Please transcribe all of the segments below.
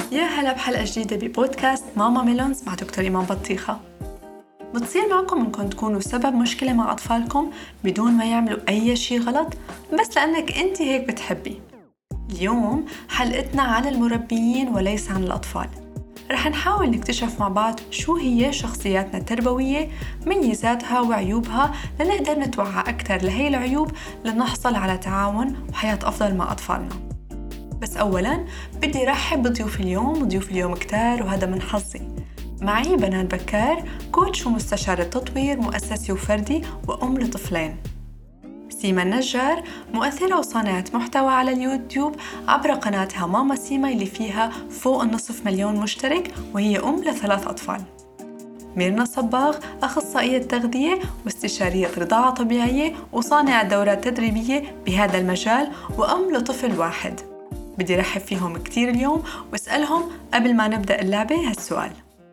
يا هلا بحلقة جديدة ببودكاست ماما ميلونز مع دكتور إيمان بطيخة. بتصير معكم إنكم تكونوا سبب مشكلة مع أطفالكم بدون ما يعملوا أي شيء غلط بس لأنك أنت هيك بتحبي. اليوم حلقتنا عن المربيين وليس عن الأطفال. رح نحاول نكتشف مع بعض شو هي شخصياتنا التربوية، ميزاتها وعيوبها، لنقدر نتوعى أكثر لهي العيوب لنحصل على تعاون وحياة أفضل مع أطفالنا. بس أولاً بدي رحب بضيوف اليوم، وضيوف اليوم كتار وهذا من حظي. معي بنان بكار، كوتش ومستشار التطوير مؤسسي وفردي وأم لطفلين. سيما النجار، مؤثرة وصانعة محتوى على اليوتيوب عبر قناتها ماما سيما اللي فيها فوق 250,000 مشترك وهي أم ل3 أطفال. ميرنا صباغ، أخصائية تغذية واستشارية رضاعة طبيعية وصانعة دورات تدريبية بهذا المجال وأم لطفل واحد. بدي رحب فيهم كتير اليوم واسألهم قبل ما نبدأ اللعبة هالسؤال.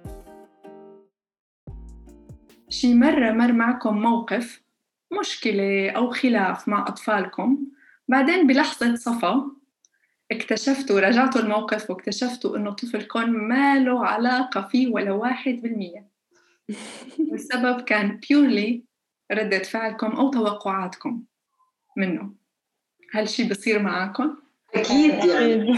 شي مرة مر معكم موقف مشكلة أو خلاف مع أطفالكم، بعدين بلحظة صفا اكتشفتوا، رجعتوا الموقف واكتشفتوا إنه طفلكم ما له علاقة فيه ولا 1%، والسبب كان purely ردة فعلكم أو توقعاتكم منه. هل شي بصير معاكم؟ أكيد يعني.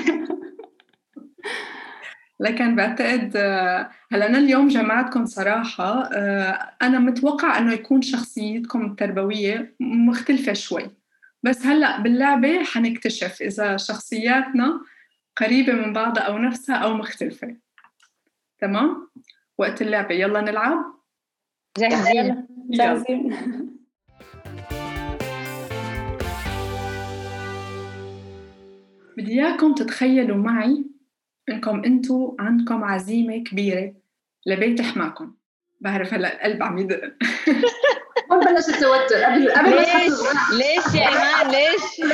لكن بعتقد هلا أنا اليوم جمعتكم صراحة، أنا متوقع إنه يكون شخصيتكم التربوية مختلفة شوي، بس هلا باللعبة حنكتشف إذا شخصياتنا قريبة من بعضها أو نفسها أو مختلفة. تمام؟ وقت اللعبة يلا نلعب. جاهزين. بدي إياكم تتخيلوا معي إنكم أنتوا عندكم عزيمة كبيرة لبيت حماكم. بعرف هلا القلب عم يدق. ما بلش التوتر قبل ما تحطوا ليش يا إيمان ليش؟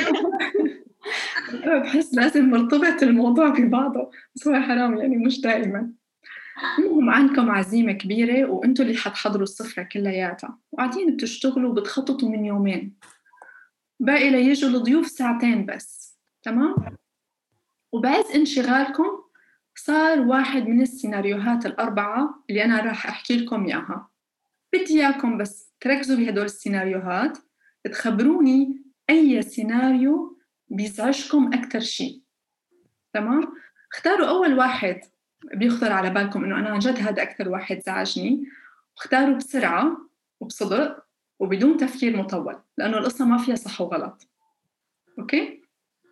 بحس لازم مرتبط الموضوع ببعضه، بس هو حرام يعني مش دائما. المهم عندكم عزيمة كبيرة وأنتوا اللي حتحضروا السفرة كلياتها وقاعدين بتشتغلوا بتخططوا من يومين، باقي ليجوا الضيوف ساعتين بس. تمام؟ وبعز انشغالكم صار واحد من السيناريوهات الأربعة اللي أنا راح أحكي لكم إياها. بدي إياكم بس تركزوا بهدول السيناريوهات، تخبروني أي سيناريو بيزعجكم أكتر شيء. تمام؟ اختاروا أول واحد بيخطر على بالكم إنه أنا عن جد هذا أكتر واحد زعجني، واختاروا بسرعة وبصدق وبدون تفكير مطول، لأنه القصة ما فيها صح وغلط. أوكي؟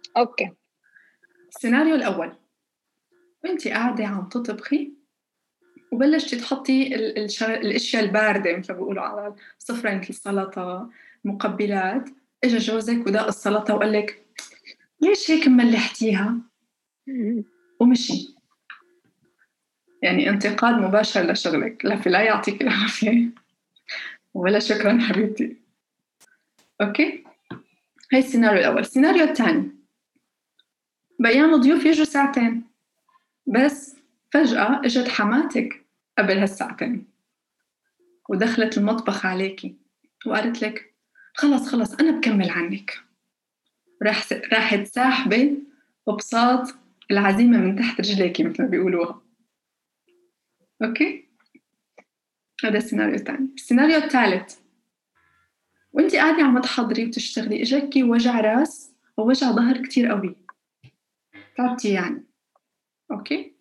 السيناريو الأول، وانتي قاعدة عم تطبخي وبلشتي تحطي الاشياء الباردة مثل بيقولوا على السفرة، مثل السلطة، مقبلات. اجا جوزك وداق السلطة وقال لك ليش هيك ملحتيها؟ ومشي. يعني انتقاد مباشر لشغلك. لا يعطيك العافية ولا شكرا حبيبتي. اوكي، هاي السيناريو الأول. السيناريو الثاني، بيان ضيوف يجوا ساعتين بس فجأة اجت حماتك قبل هالساعتين ودخلت المطبخ عليكي وقالت لك خلص أنا بكمل عنك. راحت ساحبة وبساط العزيمة من تحت رجليكي مثل ما بيقولوها. أوكي، هذا السيناريو الثاني. السيناريو الثالث، وانتي قاعدة عم تحضري وتشتغلي اجاكي وجع راس أو وجع ظهر كتير قوي، تعبتي يعني. أوكي.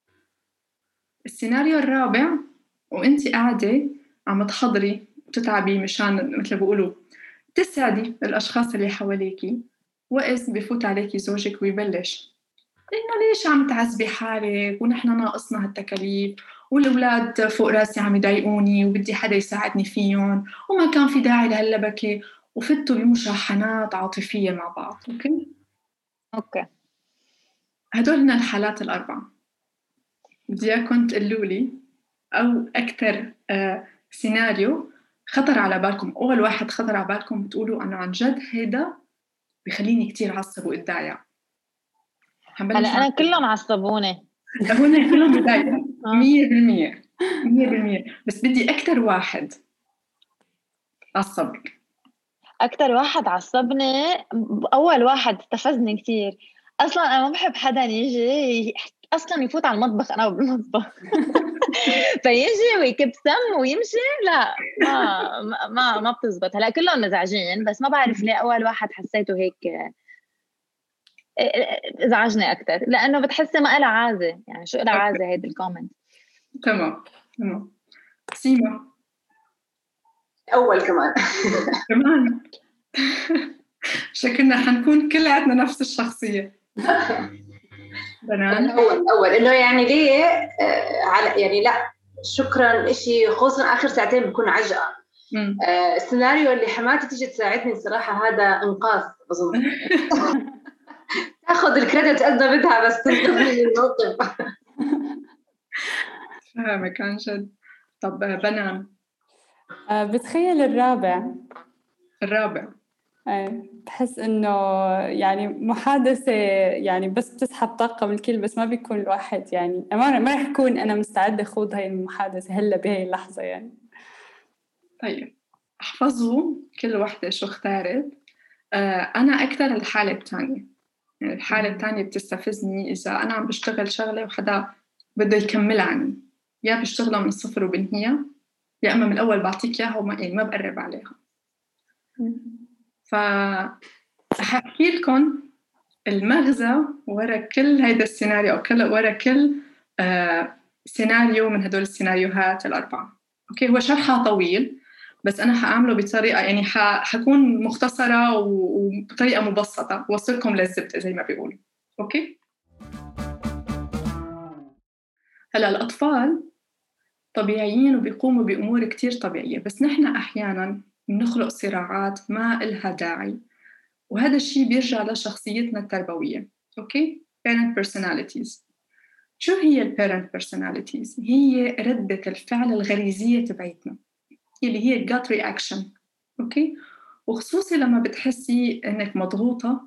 السيناريو الرابع، وانتي قاعدة عم تحضري وتتعبي مشان مثل بيقولوا تسعدي الأشخاص اللي حواليكي، وإذ بفوت عليكي زوجك ويبلش إنه ليش عم تعذبي حالك ونحن ناقصنا هالتكاليف والأولاد فوق راسي عم يضايقوني وبدي حدا يساعدني فيهم وما كان في داعي لهاللبكة، وفتوا بمشاحنات عاطفية مع بعض. أوكي. هدول هن الحالات الأربعة. بدي إياكم تقولوا لي أو أكثر سيناريو خطر على بالكم. أول واحد خطر على بالكم بتقولوا أنا عن جد هيدا بيخليني كتير عصب وإتضايق. هلا أنا كلهم عصبوني. هون كلهم بضايقوا 100%. بس بدي أكتر واحد عصبك. أكتر واحد عصبني أول واحد استفزني كتير. أصلاً أنا ما بحب حدا يجي اصلا يفوت على المطبخ انا بالمطبخ فيجي ويكب سم ويمشي. لا ما بتزبط. هلا كلهم مزعجين بس ما بعرف ليه اول واحد حسيته هيك ازعجني اكثر لانه بتحسي ما لها عازه. يعني شو لها عازه هيدي الكومنت. تمام. سيما اول كمان شكلنا حنكون كلياتنا نفس الشخصيه. بنان اول انه يعني ليه على يعني لا شكرا إشي خصوصا اخر ساعتين بكون عجقه. السيناريو اللي حماتي تيجي تساعدني صراحه هذا انقاذ اظن. تاخذ الكريدت قد ما بدها بس تنقذني من الموقف. فاهمك عن جد. طب بنان بتخيل الرابع بحس إنه يعني محادثة يعني بس بتسحب طاقة من الكل بس ما بيكون الواحد يعني ما رح أكون أنا مستعدة أخوض هاي المحادثة هلا بهاي اللحظة يعني. طيب احفظوا كل وحدة شو اختارت. أنا أكثر الحالة الثانية. يعني الحالة الثانية بتستفزني إذا أنا عم بشتغل شغلة وحدا بده يكمل عني، يا بشتغلها من الصفر وبنهيها يا أما من الأول بعطيك إياها وما بقرب عليها. فأحكي لكم المغزى ورا كل هيدا السيناريو أو ورا كل سيناريو من هدول السيناريوهات الأربعة. أوكي هو شرحها طويل بس أنا حأعمله بطريقة يعني حكون مختصرة وبطريقة مبسطة وصلكم للزبدة زي ما بيقولوا. أوكي هلأ الأطفال طبيعيين وبيقوموا بأمور كتير طبيعية بس نحن أحياناً بنخلق صراعات ما إلها داعي وهذا الشيء بيرجع لشخصيتنا التربوية. أوكي parent personalities. شو هي ال parent personalities؟ هي ردة الفعل الغريزية تبعتنا اللي هي gut reaction. أوكي وخصوصي لما بتحسي إنك مضغوطة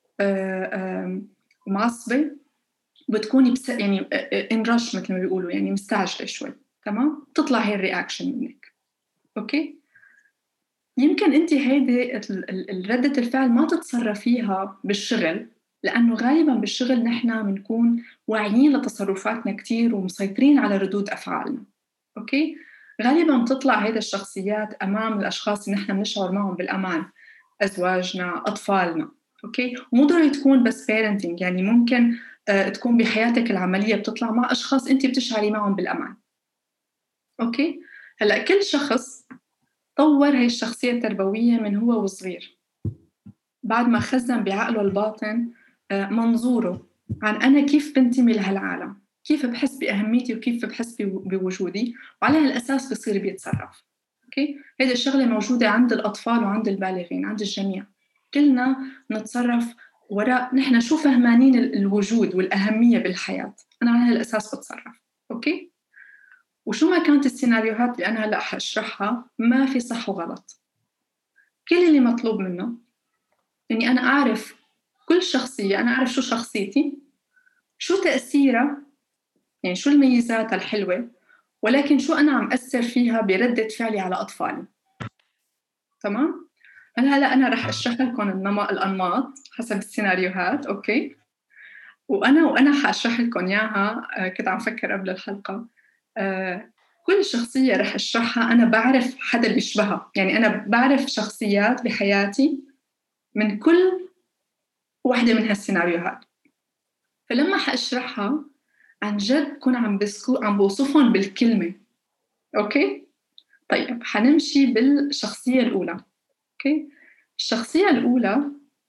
ومعصبة بتكوني يعني in rush مثل ما بيقولوا يعني مستعجلة شوي. تمام تطلع هي الرياكشن منك. أوكي يمكن أنت هيدي ردة الفعل ما تتصرفيها بالشغل لأنه غالباً بالشغل نحن بنكون واعيين لتصرفاتنا كتير ومسيطرين على ردود أفعالنا. أوكي غالباً تطلع هيدا الشخصيات أمام الأشخاص اللي نحن بنشعر معهم بالأمان، أزواجنا، أطفالنا. أوكي مو ضروري تكون بس parenting يعني ممكن تكون بحياتك العملية بتطلع مع أشخاص أنت بتشعري معهم بالأمان. أوكي هلأ كل شخص طور هاي الشخصية التربوية من هو وصغير بعد ما خزن بعقله الباطن منظوره عن أنا كيف بنتمي لهالعالم، كيف بحس بأهميتي وكيف بحس بوجودي وعلى هالأساس بصير بيتصرف. أوكي هيدا الشغلة موجودة عند الأطفال وعند البالغين عند الجميع. كلنا نتصرف وراء نحن شو فهمانين الوجود والأهمية بالحياة أنا على هالأساس بتصرف. أوكي وشو ما كانت السيناريوهات اللي أنا هلأ حأشرحها ما في صح وغلط. كل اللي مطلوب منه إني أنا أعرف كل شخصية، أنا أعرف شو شخصيتي شو تأثيرها يعني شو الميزات الحلوة ولكن شو أنا عم أثر فيها بردة فعلي على أطفالي. تمام؟ هلأ أنا رح أشرح لكم الأنماط حسب السيناريوهات. أوكي وأنا حأشرح لكم إياها. كنت عم فكر قبل الحلقة كل شخصية رح أشرحها أنا بعرف حدا بيشبهها يعني أنا بعرف شخصيات بحياتي من كل واحدة من هالسيناريوهات فلما حأشرحها عن جد كون عم بوصفهم بالكلمة. أوكي طيب حنمشي بالشخصية الأولى. أوكي الشخصية الأولى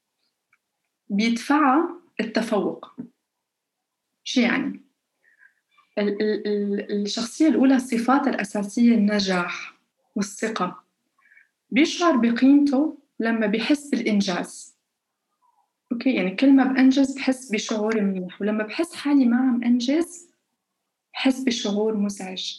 بيدفعها التفوق. شو يعني؟ الشخصية الأولى الصفات الأساسية النجاح والثقة. بيشعر بقيمته لما بيحس بالإنجاز. أوكي يعني كل ما بأنجز بحس بشعور منيح ولما بحس حالي ما عم أنجز بحس بشعور مزعج.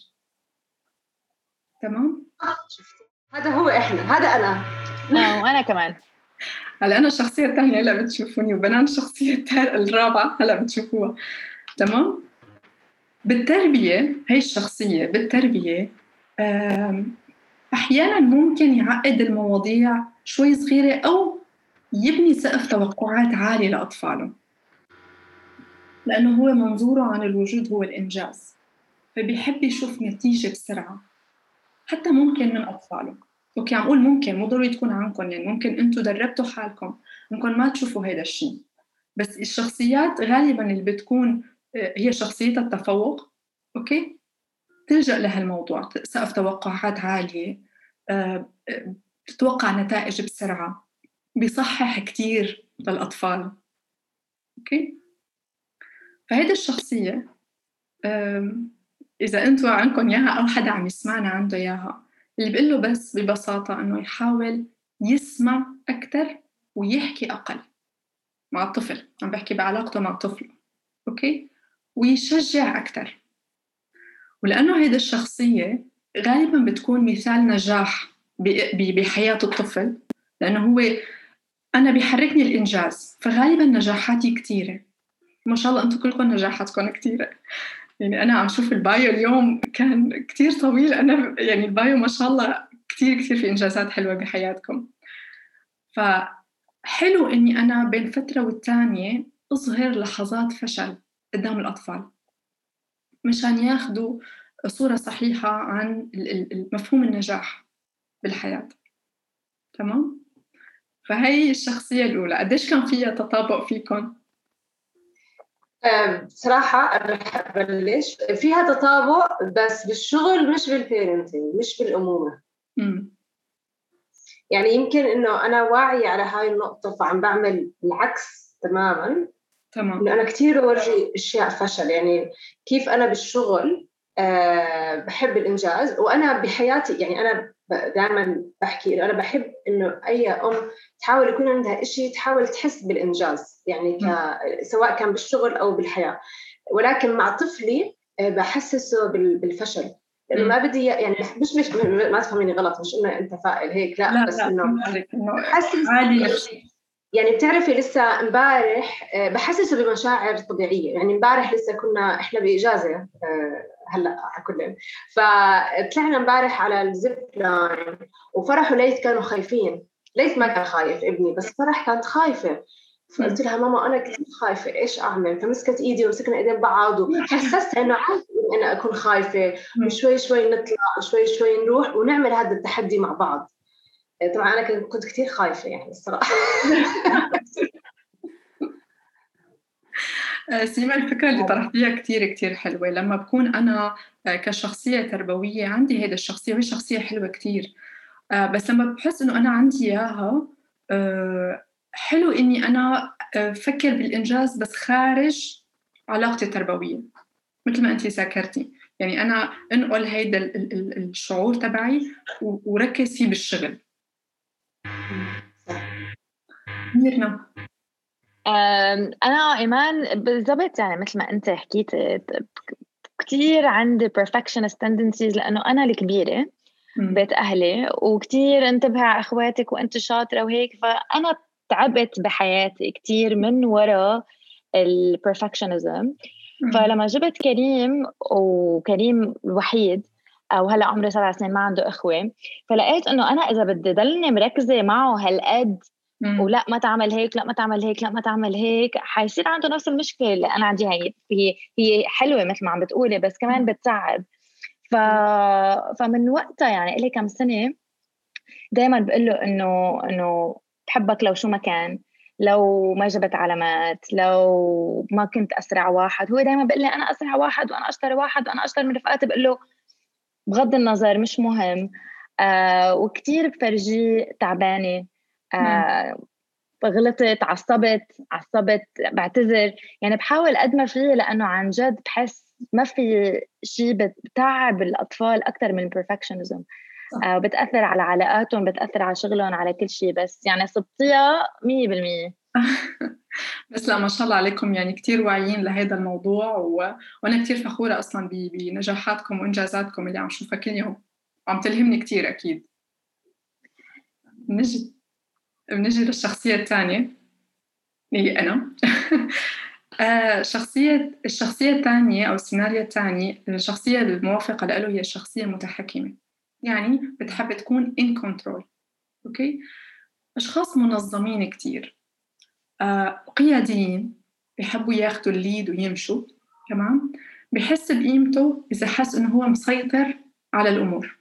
تمام؟ هذا هو إحنا هذا أنا وأنا كمان. هلا أنا الشخصية الثانية هلا بتشوفوني وبنان الشخصية الرابعة هلا بتشوفوها. تمام؟ بالتربية هاي الشخصية بالتربية أحياناً ممكن يعقد المواضيع شوي صغيرة أو يبني سقف توقعات عالي لأطفاله. لأنه هو منظوره عن الوجود هو الإنجاز، فبيحب يشوف نتيجة بسرعة، حتى ممكن من أطفاله. أوكي، عم أقول ممكن، مو ضروري تكون عنكم، يعني ممكن أنتوا دربتوا حالكم ممكن ما تشوفوا هذا الشيء. بس الشخصيات غالباً اللي بتكون هي شخصيتها التفوق، أوكي، تلجأ لهالموضوع، سقف توقعات عالية، تتوقع نتائج بسرعة، بيصحح كتير للأطفال. أوكي، فهيدي الشخصية إذا أنتوا عندكم إياها أو حدا عم يسمعنا عنده إياها، اللي بقول له بس ببساطة إنه يحاول يسمع أكتر ويحكي أقل مع الطفل. عم بحكي بعلاقته مع طفله، أوكي، ويشجع أكتر. ولأنه هيدا الشخصية غالباً بتكون مثال نجاح بحياة الطفل، لأنه هو أنا بيحركني الإنجاز، فغالباً نجاحاتي كتيرة. ما شاء الله أنتوا كلكم نجاحاتكم كتيرة. يعني أنا عم شوف البايو اليوم كان كتير طويل، أنا يعني البايو ما شاء الله كتير في إنجازات حلوة بحياتكم. فحلو إني أنا بين فترة والتانية أظهر لحظات فشل قدام الأطفال مشان ياخدوا صورة صحيحة عن مفهوم النجاح بالحياة. تمام؟ فهي الشخصية الأولى، قديش كان فيها تطابق فيكم؟ بصراحة أنا رح أبلش فيها تطابق، بس بالشغل مش بالبيرنتينج، مش بالأمومة. يعني يمكن إنه أنا واعية على هاي النقطة، فعم بعمل العكس تماماً. تمام. إنه أنا كتير أورجي أشياء فشل، يعني كيف أنا بالشغل بحب الإنجاز، وأنا بحياتي يعني أنا دائما بحكي إنه أنا بحب إنه أي أم تحاول يكون عندها إشي تحاول تحس بالإنجاز، يعني سواء كان بالشغل أو بالحياة. ولكن مع طفلي بحسسه بالفشل، لأنه ما بدي يعني مش ما تفهميني غلط، مش إنه أنت فائل هيك، لا بس إنه حسس يعني بتعرفي لسه امبارح بحسسه بمشاعر طبيعية. يعني امبارح لسه كنا إحنا بإجازة هلأ على كلهم، فطلعنا امبارح على الزيب لاين، وفرح وليث كانوا خايفين. ليث ما كان خايف ابني، بس فرح كانت خايفة. فقلت لها ماما أنا كثير خايفة، إيش أعمل؟ فمسكت إيدي ومسكنا إيدين بعض، وحسست إنه عادي أنا أكون خايفة، وشوي شوي نطلع وشوي شوي نروح ونعمل هذا التحدي مع بعض. طبعا أنا كنت كثير خايفة يعني الصراحة. سيما الفكرة اللي طرحتيها كتير كتير حلوة. لما بكون أنا كشخصية تربوية عندي هيدا الشخصية، وهي شخصية حلوة كتير، بس لما بحس إنه أنا عندي إياها حلو إني أنا فكر بالإنجاز بس خارج علاقتي التربوية، مثل ما أنتي ذكرتي. يعني أنا أنقل هيدا الشعور تبعي وركز فيه بالشغل. ميرنا. أنا إيمان بالضبط، يعني مثل ما أنت حكيت كتير عندي perfectionist tendencies، لأنه أنا الكبيرة بيت أهلي، وكتير انتبه على أخواتك وأنت شاطرة وهيك، فأنا تعبت بحياتي كتير من وراء البرفكشنزم. فلما جبت كريم، وكريم الوحيد أو هلا عمره 7 سنين ما عنده إخوة، فلقيت إنه أنا إذا بدي ضلني مركزة معه هالقد ولا ما تعمل هيك، لا ما تعمل هيك، لا ما تعمل هيك، حيصير عنده نفس المشكلة اللي أنا عندي. هي حلوة مثل ما عم بتقولي، بس كمان بتساعد. فمن وقتها يعني إلي كم سنة دايما بقول له إنه بحبك لو شو ما كان، لو ما جبت علامات، لو ما كنت أسرع واحد. هو دايما بقول لي أنا أسرع واحد وأنا أشطر واحد وأنا أشطر من رفقاتي. بقول له بغض النظر مش مهم. وكتير بفرجي تعبانة، غلطت، عصبت بعتذر. يعني بحاول قد ما فيه، لأنه عن جد بحس ما في شيء بتعب الأطفال أكتر من البرفكشنزم. بتأثر على علاقاتهم، بتأثر على شغلهم، على كل شيء. بس يعني صبتيها 100%. بس لا ما شاء الله عليكم، يعني كتير واعيين لهذا الموضوع، وأنا كتير فخورة أصلاً بنجاحاتكم وإنجازاتكم اللي عم شوفها كل يوم، عم تلهمني كتير. أكيد. بنجي للشخصية الثانية اللي أنا. الشخصية الثانية أو السيناريو الثاني، الشخصية الموافقة له هي الشخصية المتحكمة، يعني بتحب تكون in control. أوكي، أشخاص منظمين كتير، قياديين، بيحبوا ياخدوا الليد ويمشوا، تمام؟ بحس بقيمته إذا حس إنه هو مسيطر على الأمور.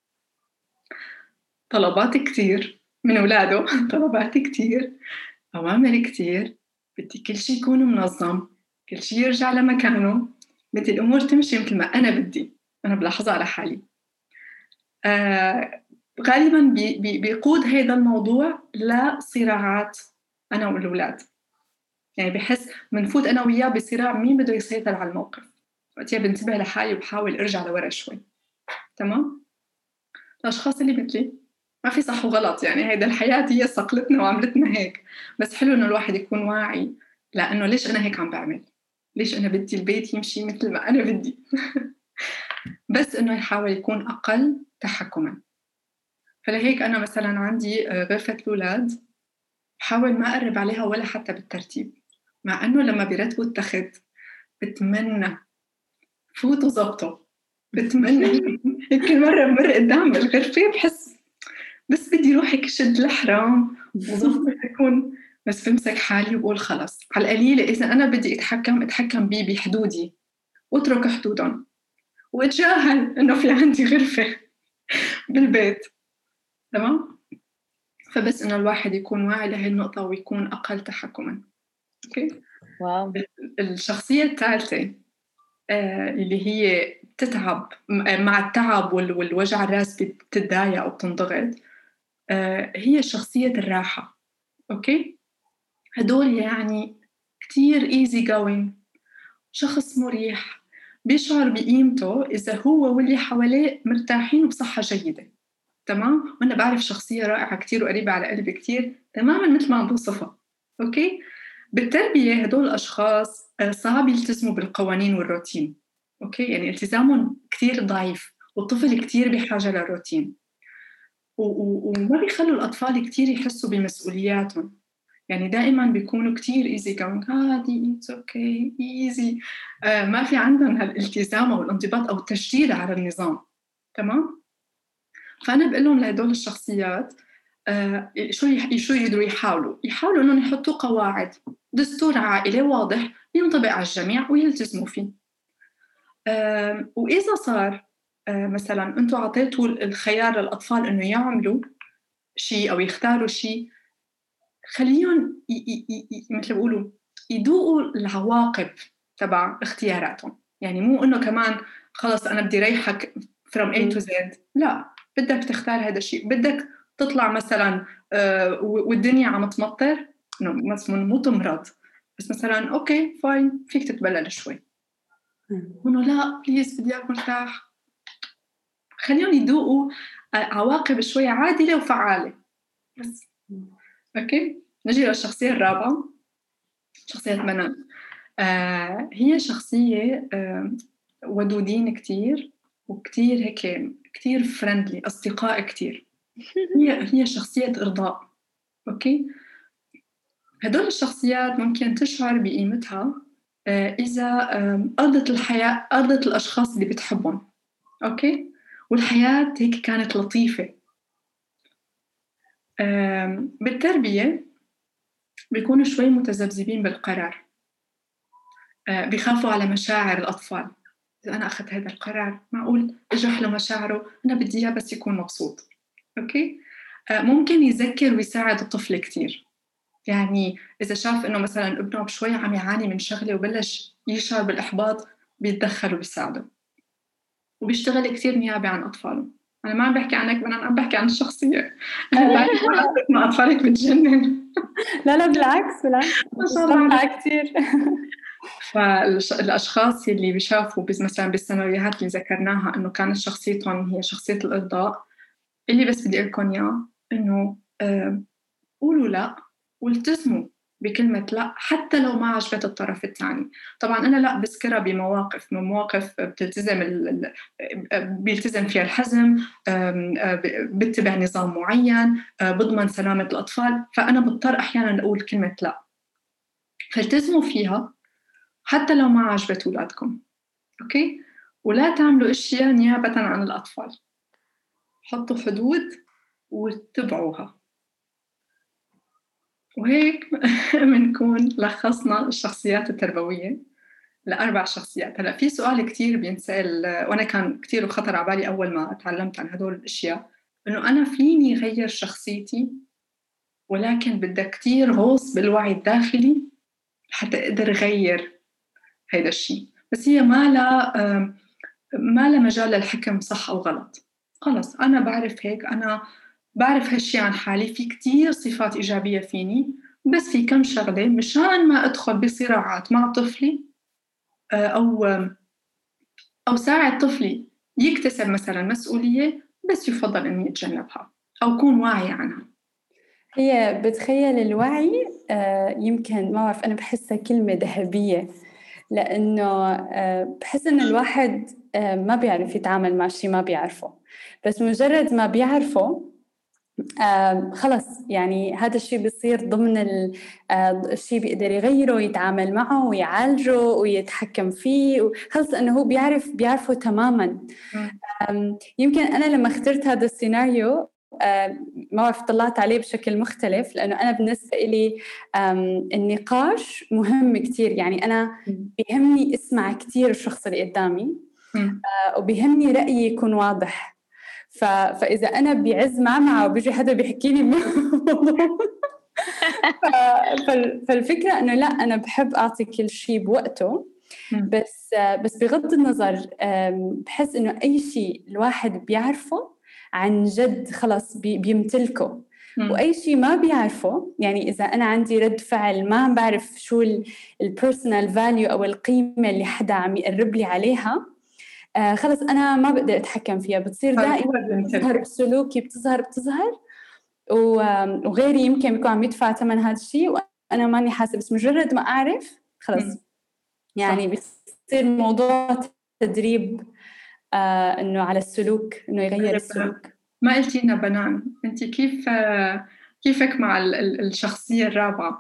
طلبات كتير من أولاده طلبات كتير، أوامر كتير، بدي كل شيء يكون منظم، كل شيء يرجع لمكانه، بدي الأمور تمشي مثل ما أنا بدي. أنا بلاحظها على حالي. غالباً بيقود هذا الموضوع لصراعات أنا والأولاد. يعني بحس منفوت أنا وياه بصراع مين بده يسيطر على الموقف. وقتها بنتبه لحالي وبحاول أرجع لورا شوي. تمام؟ الأشخاص اللي مثلي ما في صح وغلط، يعني هيدا الحياة هي صقلتنا وعملتنا هيك، بس حلو إنه الواحد يكون واعي لأنه ليش أنا هيك عم بعمل، ليش أنا بدي البيت يمشي مثل ما أنا بدي. بس إنه يحاول يكون أقل تحكماً. فلهيك أنا مثلاً عندي غرفة الأولاد بحاول ما أقرب عليها ولا حتى بالترتيب، مع أنه لما بيرتبوا التخت بتمنى فوت وظبطه، بتمنى هيك كل مرة بمر قدام الغرفة بحس بس بدي روح هيك شد الحرام وظبط يكون، بس بمسك حالي وبقول خلص على القليلة إذا أنا بدي أتحكم بيه بحدودي واترك حدودهم واتجاهل إنه في عندي غرفة بالبيت. تمام؟ فبس إنه الواحد يكون واعي لهي النقطة ويكون أقل تحكماً. أوكي؟ واو. الشخصية الثالثة اللي هي بتتعب مع التعب والوجع الراس بتتضايق أو بتنضغط، هي شخصية الراحة. أوكي؟ هدول يعني كتير easy going، شخص مريح، بيشعر بقيمته إذا هو واللي حواليه مرتاحين وبصحة جيدة. تمام؟ وأنا بعرف شخصية رائعة كتير وقريبة على قلبي كتير، تماماً مثل ما عم بوصفها. أوكي؟ بالتربية هدول الأشخاص صعب يلتزموا بالقوانين والروتين. أوكي؟ يعني التزامهم كتير ضعيف، والطفل كتير بحاجة للروتين، وما بيخلوا الأطفال كتير يحسوا بمسؤولياتهم. يعني دائماً بيكونوا كتير easy going، عادي it's okay easy. ما في عندهم هالالتزام أو الانضباط أو التشديد على النظام. تمام؟ فأنا بقول لهم لهدول الشخصيات شو يقدروا يحاولوا إنهم يحطوا قواعد، دستور عائلي واضح ينطبق على الجميع ويلتزموا فيه. وإذا صار مثلاً أنتوا عطيتوا الخيار للأطفال إنه يعملوا شيء أو يختاروا شيء، خليهم مثل بيقولوا يذوقوا العواقب تبع اختياراتهم. يعني مو إنه كمان خلص أنا بدي ريحك from A to Z، لا، بدك تختار هذا الشيء، بدك تطلع مثلا والدنيا عم تمطر، إنه مثلا مو تمرض، بس مثلا أوكي فاين فيك تتبلل شوي، إنه لا بليز بدي أكون مرتاح. خليهم يذوقوا عواقب شوي عادلة وفعالة بس. أوكي، نجي للشخصية الرابعة، شخصية منال. هي شخصية ودودين كتير وكتير هيك كتير فريندلي، أصدقاء كتير. هي شخصية إرضاء. أوكي، هدول الشخصيات ممكن تشعر بقيمتها إذا أرضت الحياة، أرضت الأشخاص اللي بتحبهم. أوكي، والحياة هيك كانت لطيفة. بالتربية بيكونوا شوي متذبذبين بالقرار، بيخافوا على مشاعر الأطفال. إذا أنا أخذت هذا القرار معقول أجرح له مشاعره، أنا بدي إياه بس يكون مبسوط. أوكي، ممكن يذكر ويساعد الطفل كتير. يعني إذا شاف إنه مثلاً ابنه بشوي عم يعاني من شغلة وبلش يشعر بالإحباط، بيتدخل وبيساعده، وبيشتغل كتير نيابي عن أطفاله. أنا ما عم بحكي عنك، أنا عم بحكي عن الشخصية. ما أطفالك بتجنن. لا بالعكس ما شاء الله كتير. فالأشخاص اللي بيشافوا مثلا بالسيناريوهات اللي ذكرناها إنه كانت شخصيتهم هي شخصية الإرضاء، اللي بس بدي أقولكم إياه إنه قولوا لا والتزموا بكلمة لا حتى لو ما عجبت الطرف الثاني. طبعاً أنا لا بذكرها بمواقف، من مواقف بيلتزم فيها الحزم، بتبع نظام معين، بضمن سلامة الأطفال، فأنا بضطر أحياناً أقول كلمة لا، فالتزموا فيها حتى لو ما عجبت أولادكم. أوكي؟ ولا تعملوا أشياء نيابة عن الأطفال، حطوا حدود واتبعوها. وهيك بنكون لخصنا الشخصيات التربوية ل4 شخصيات. هلا في سؤال كتير بينسأل، وأنا كان كتير وخطر على بالي أول ما تعلمت عن هدول الأشياء، إنه أنا فيني غير شخصيتي، ولكن بدها كتير غوص بالوعي الداخلي حتى أقدر غير هيدا الشيء. بس هي ما لا مجال للحكم صح أو غلط. خلص أنا بعرف هيك، أنا بعرف هالشي عن حالي، في كتير صفات إيجابية فيني، بس في كم شغلة مشان ما أدخل بصراعات مع طفلي أو ساعد طفلي يكتسب مثلا مسؤولية، بس يفضل إني أتجنبها أو أكون واعية عنها. هي بتخيل الوعي يمكن ما أعرف، أنا بحسها كلمة ذهبية، لأنه بحس إنه الواحد ما بيعرف يتعامل مع شيء ما بيعرفه، بس مجرد ما بيعرفه خلص يعني هذا الشيء بيصير ضمن الشيء بيقدر يغيره ويتعامل معه ويعالجه ويتحكم فيه، خلص إنه هو بيعرفه تماماً. يمكن أنا لما اخترت هذا السيناريو ما بعرف طلعت عليه بشكل مختلف، لأنه أنا بالنسبة إلي النقاش مهم كتير. يعني أنا بيهمني أسمع كتير الشخص اللي قدامي وبيهمني رأيي يكون واضح. فإذا أنا بعز معه وبيجي حدا بيحكي لي فالفكرة أنه لا، أنا بحب أعطي كل شيء بوقته، بس بغض النظر بحس إنه أي شيء الواحد بيعرفه عن جد خلاص بيمتلكه، وأي شيء ما بيعرفه، يعني إذا أنا عندي رد فعل ما بعرف شو البيرسونال فاليو أو القيمة اللي حدا عم يقرب لي عليها، خلص أنا ما بقدر أتحكم فيها، بتصير دائما بتظهر بسلوكي، بتصهر وغيري يمكن بيكون عم يدفع ثمن هذا الشيء وأنا ماني حاسة. بس مجرد ما أعرف خلص يعني بيصير موضوع تدريب إنه على السلوك، إنه يغير السلوك. ما قلتي لنا بنان، أنت كيفك مع الشخصية الرابعة؟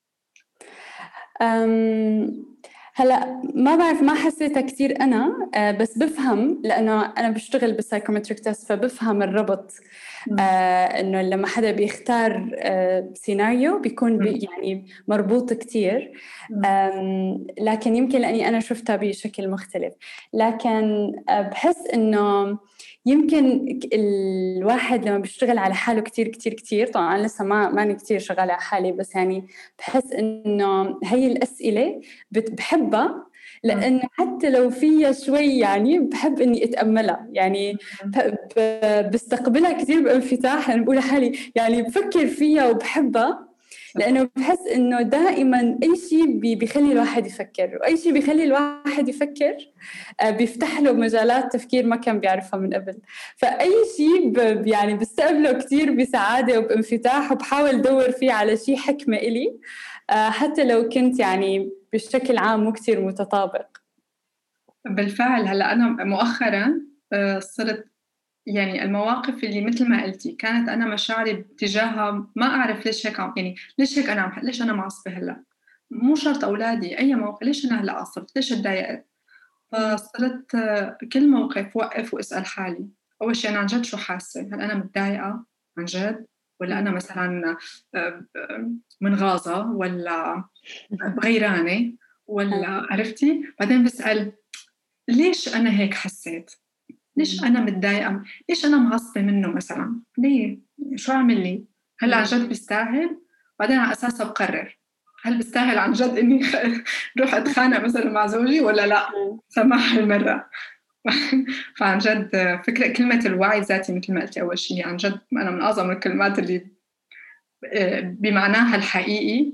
هلا ما بعرف، ما حسيتها كتير أنا، بس بفهم لأنه أنا بشتغل بالسايكومتريك تيست، فبفهم الربط. إنه لما حدا بيختار سيناريو بيكون يعني مربوط كتير، لكن يمكن لأني أنا شفتها بشكل مختلف. لكن بحس إنه يمكن الواحد لما بيشتغل على حاله كتير كتير كتير، طبعا أنا لسه ماني كتير شغالة على حالي، بس يعني بحس إنه هي الأسئلة بحبها، لأنه حتى لو فيها شوي يعني بحب إني أتأملها، يعني بستقبلها كتير بانفتاح، يعني بقول لحالي يعني بفكر فيها وبحبها، لأنه بحس إنه دائما أي شيء بيخلي الواحد يفكر، وأي شيء بيخلي الواحد يفكر بيفتح له مجالات تفكير ما كان بيعرفها من قبل. فأي شيء يعني بستقبله كتير بسعادة وبانفتاح، وبحاول أدور فيه على شيء حكمة إلي، حتى لو كنت يعني بشكل عام مو كتير متطابق. بالفعل هلأ أنا مؤخراً صرت يعني المواقف اللي مثل ما قلتي كانت أنا مشاعري تجاهها ما أعرف ليش هيك يعني ليش أنا معصبة هلأ، مو شرط أولادي، أي موقف ليش أنا هلأ عصبت، ليش اتضايقت. فصرت كل موقف وقف وأسأل حالي أول شيء أنا عن جد شو حاسة، هل أنا متضايقة عن جد، ولا أنا مثلا منغاظة، ولا غيرانة، ولا عرفتي. بعدين بسأل ليش أنا هيك حسيت، ليش أنا متضايقة، ليش أنا معصبة منه مثلا، ليه، شو عمل لي، هل عن جد بيستاهل. بعدين على أساسها بقرر هل بيستاهل عن جد إني روح أتخانق مثلا مع زوجي ولا لا، سمح المرة. فعن جد فكرة كلمة الوعي الذاتي مثل ما قلتي أول شيء عن جد أنا من أعظم الكلمات اللي بمعناها الحقيقي،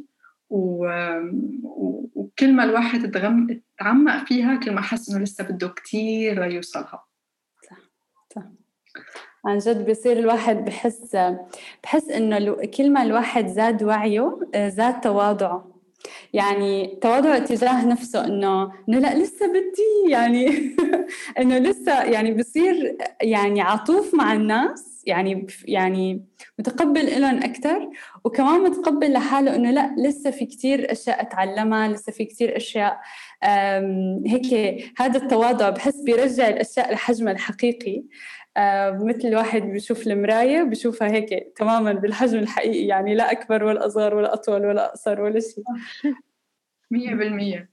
وكل ما الواحد تعمق فيها كل ما حس إنه لسه بده كتير ليوصلها. صح. عن جد بيصير الواحد بحس إنه كل ما الواحد زاد وعيه زاد تواضعه، يعني تواضع تجاه نفسه، إنه لا لسه بدي يعني إنه لسه يعني بصير يعني عطوف مع الناس، يعني متقبل لهم أكتر، وكمان متقبل لحاله إنه لا لسه في كتير أشياء أتعلمها، لسه في كتير أشياء هيك. هذا التواضع بحس بيرجع الأشياء لحجمها الحقيقي. مثل الواحد بيشوف المراية بيشوفها هيك تماماً بالحجم الحقيقي، يعني لا أكبر ولا أصغر ولا أطول ولا أقصر ولا شيء. 100%.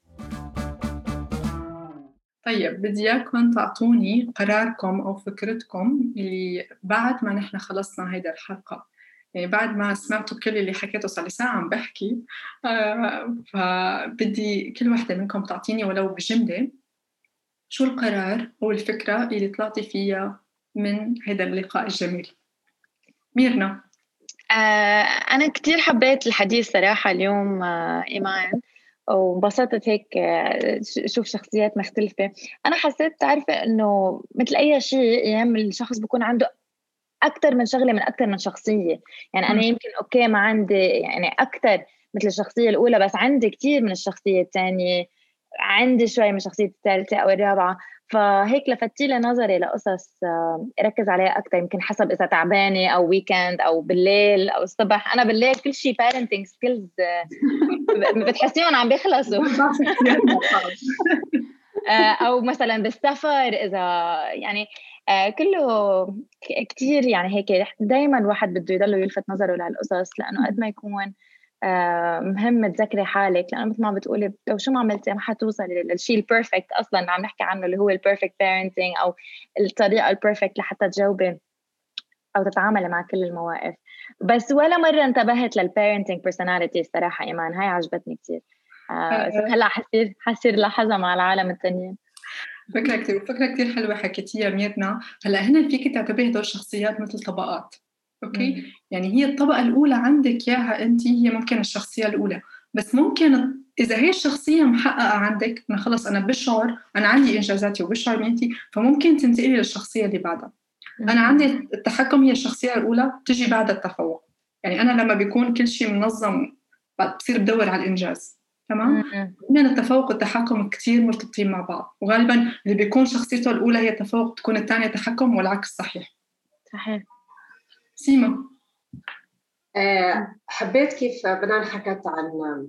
طيب بدي إياكم تعطوني قراركم أو فكرتكم اللي بعد ما نحن خلصنا هيدا الحلقة، يعني بعد ما سمعتوا كل اللي حكيته، صار لي ساعة عم بحكي، فبدي كل واحدة منكم تعطيني ولو بجملة شو القرار أو الفكرة اللي طلعتي فيها من هيدا اللقاء الجميل. ميرنا. أنا كتير حبيت الحديث صراحة اليوم إيمان، وانبسطت هيك شوف شخصيات مختلفة. أنا حسيت تعرفة إنه مثل أي شيء أيام الشخص بيكون عنده أكتر من شغلة من أكتر من شخصية. يعني أنا يمكن أوكي ما عندي يعني أكتر مثل الشخصية الأولى، بس عندي كتير من الشخصية الثانية، عندي شوي من الشخصية الثالثة أو الرابعة. فهيك لفتي لي نظري لقصص ركز عليها أكتر، يمكن حسب إذا تعبانة أو ويكند أو بالليل أو الصبح. أنا بالليل كل شيء parenting skills بتحسيهم عم بيخلصوا. أو مثلا بالسفر إذا يعني كله كتير يعني هيك دايما الواحد بده يضله يلفت نظره لهالقصص، لأنه قد ما يكون مهم تذكري حالك، لأنه مثل ما بتقولي لو شو ما عملتي ما حتوصلي للشيء البيرفكت أصلا اللي عم نحكي عنه، اللي هو البيرفكت بيرنتينج أو الطريقة البيرفكت لحتى تجاوبي أو تتعاملي مع كل المواقف. بس ولا مرة انتبهت للبيرنتينج بيرسوناليتي الصراحة إيمان، هاي عجبتني كتير. هلا حصير لاحظها مع العالم التانيين. فكرة كتير حلوة حكيتيها ميرنا. هلا هنا فيك تعتبري هدول الشخصيات مثل طبقات، اوكي؟ يعني هي الطبقة الأولى عندك ياها أنت، هي ممكن الشخصية الأولى، بس ممكن إذا هي الشخصية محققة عندك، أنا خلص أنا بشعر أنا عندي إنجازاتي وبشعر بنتي، فممكن تنتقلي للشخصية اللي بعدها. أنا عندي التحكم، هي الشخصية الأولى تجي بعد التفوق. يعني أنا لما بيكون كل شيء منظم بصير بدور على الإنجاز، تمام؟ من التفوق والتحكم كتير مرتبطين مع بعض، وغالباً اللي بيكون شخصيته الأولى هي التفوق تكون الثانية تحكم، والعكس صحيح. صحيح. سيما. حبيت كيف بنان حكت عن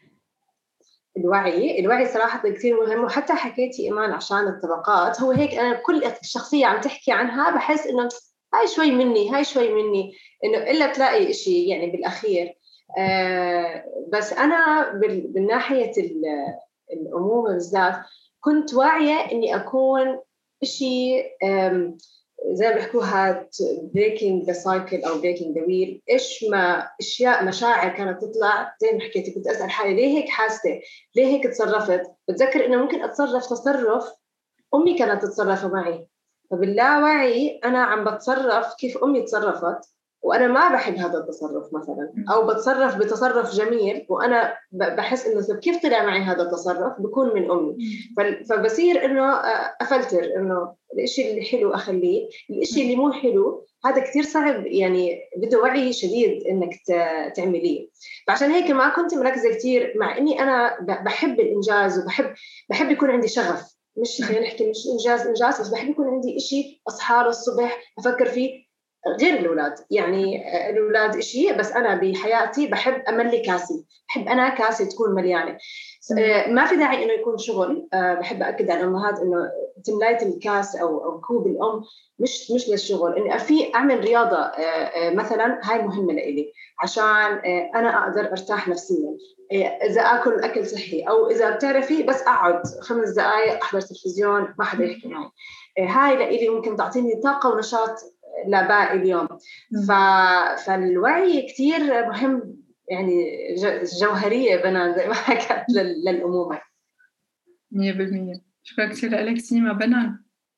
الوعي صراحة كتير مهم، وحتى حكيتي إيمان عشان الطبقات. هو هيك أنا كل شخصية عم تحكي عنها بحس إنه هاي شوي مني، إنه إلا تلاقي إشي يعني بالأخير. بس أنا بالناحية الأمومة بالذات كنت واعية إني أكون إشي زي ما بيحكوها breaking the cycle أو breaking the wheel. إيش ما أشياء مشاعر كانت تطلع زي ما حكيتي، كنت أسأل حالي ليه هيك حاسة، ليه هيك تصرفت. بتذكر إنه ممكن أتصرف تصرف أمي كانت تتصرف معي، فباللاوعي أنا عم بتصرف كيف أمي تصرفت، وأنا ما بحب هذا التصرف مثلا، أو بتصرف بتصرف جميل وأنا بحس إنه كيف طلع معي هذا التصرف بكون من أمي. فبصير إنه أفلتر إنه الإشي اللي حلو أخليه، الإشي اللي مو حلو هذا كتير صعب، يعني بده وعي شديد إنك تعمليه. فعشان هيك ما كنت مركزة كتير، مع إني أنا بحب الإنجاز وبحب يكون عندي شغف، مش خلينا نحكي مش إنجاز، بس بحب يكون عندي إشي أصحى له الصبح أفكر فيه. غير الأولاد، يعني الأولاد إشي، بس أنا بحياتي بحب أملي كاسي، بحب أنا كاسي تكون مليانة. ما في داعي إنه يكون شغل. بحب أكد على الأمهات إنه تملاية الكاس أو كوب الأم مش للشغل. إني في أعمل رياضة مثلا، هاي مهمة لإلي عشان أنا أقدر أرتاح نفسيا. إذا أكل أكل صحي، أو إذا بتعرفي بس أقعد 5 دقايق أحضر تلفزيون ما حدا يحكي معي، هاي لإلي ممكن تعطيني طاقة ونشاط لباقي اليوم. فالوعي كتير مهم، يعني جوهرية بنان زي ما حكت للأمومة. 100%. شكرا كثير لك سيما. بنان.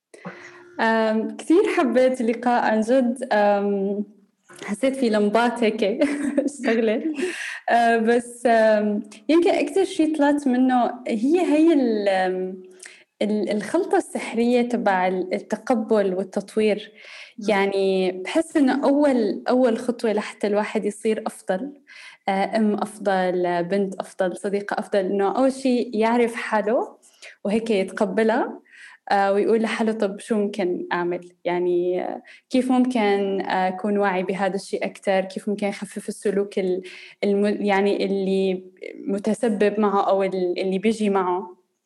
كثير حبيت اللقاء عن جد. حسيت في لمبات هيك اشتغلت. بس يمكن أكثر شيء طلعت منه هي الخلطة السحرية تبع التقبل والتطوير. يعني بحس إنه أول خطوة لحتى الواحد يصير أفضل، أم أفضل، بنت أفضل، صديقة أفضل، إنه أول شيء يعرف حاله وهيك يتقبلها، ويقول لحاله طب شو ممكن أعمل، يعني كيف ممكن أكون واعي بهذا الشيء أكتر، كيف ممكن أخفف السلوك يعني اللي متسبب معه أو اللي بيجي معه.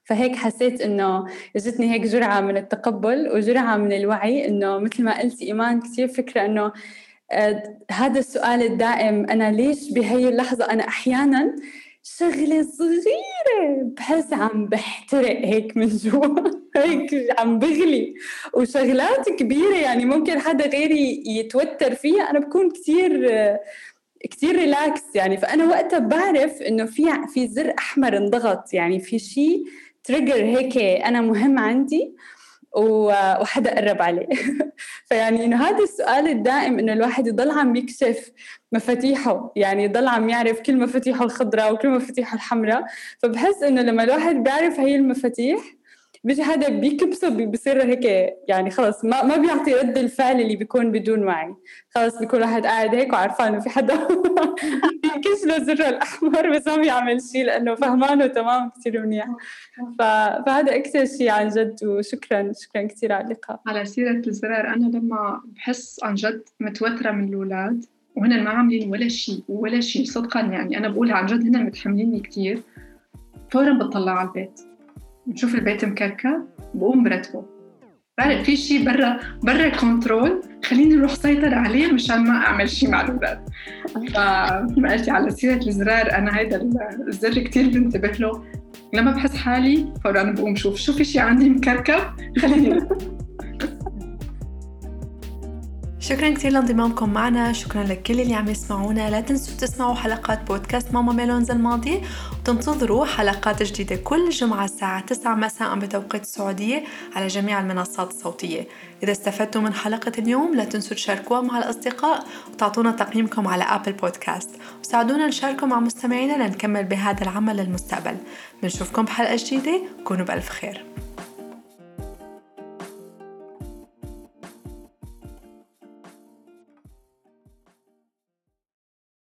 فهيك حسيت إنه جتني هيك جرعة من التقبل وجرعة من الوعي، إنه مثل ما قلتي إيمان كتير فكرة إنه هذا السؤال الدائم، أنا ليش بهي اللحظة أنا أحياناً شغلة صغيرة بحس عم بحترق هيك من جوا هيك عم بغلي، وشغلات كبيرة يعني ممكن حدا غيري يتوتر فيها أنا بكون كتير ريلاكس يعني. فأنا وقتها بعرف إنه في زر أحمر انضغط، يعني في شيء تريجر هيك أنا مهم عندي وحدا قرب عليه. فيعني إنه هذا السؤال الدائم إنه الواحد يضل عم يكشف مفاتيحه، يعني يضل عم يعرف كل مفاتيحه الخضراء وكل مفاتيحه الحمراء. فبحس إنه لما الواحد بيعرف هاي المفاتيح بيجي هذا بيكبسه بيصير هيك يعني خلص ما بيعطي رد الفعل اللي بيكون بدون وعي. خلص بيكون واحد قاعد هيك وعارفان إنه في حدا ينكش له زر الأحمر بس ما بيعمل شيء لأنه فهمانه تمام كتير منيح. فهذا أكثر شيء عن جد. وشكرا كتير على اللقاء. على سيرة الزرار، أنا لما بحس عن جد متوترة من الأولاد وهن ما عاملين ولا شيء صدقا، يعني أنا بقولها عن جد هن متحمليني كتير، فورا بطلع على البيت بشوف البيت مكركب بقوم برتبه. بعرف في شيء برا كنترول، خليني نروح سيطر عليه مشان ما أعمل شيء مع الأولاد. فما قلتي على سيرة الزرار، أنا هيدا الزر كتير بنتبه له لما بحس حالي، فورا بقوم شوف في شيء عندي مكركب خليني. شكرا كثير لانضمامكم معنا، شكرا لكل اللي عم يسمعونا. لا تنسوا تسمعوا حلقات بودكاست ماما ميلونز الماضي، وتنتظروا حلقات جديدة كل جمعة الساعة 9 مساء بتوقيت السعودية على جميع المنصات الصوتية. إذا استفدتوا من حلقة اليوم لا تنسوا تشاركوها مع الأصدقاء وتعطونا تقييمكم على أبل بودكاست، وساعدونا نشاركه مع مستمعينا لنكمل بهذا العمل للمستقبل. بنشوفكم بحلقة جديدة، كونوا بألف خير.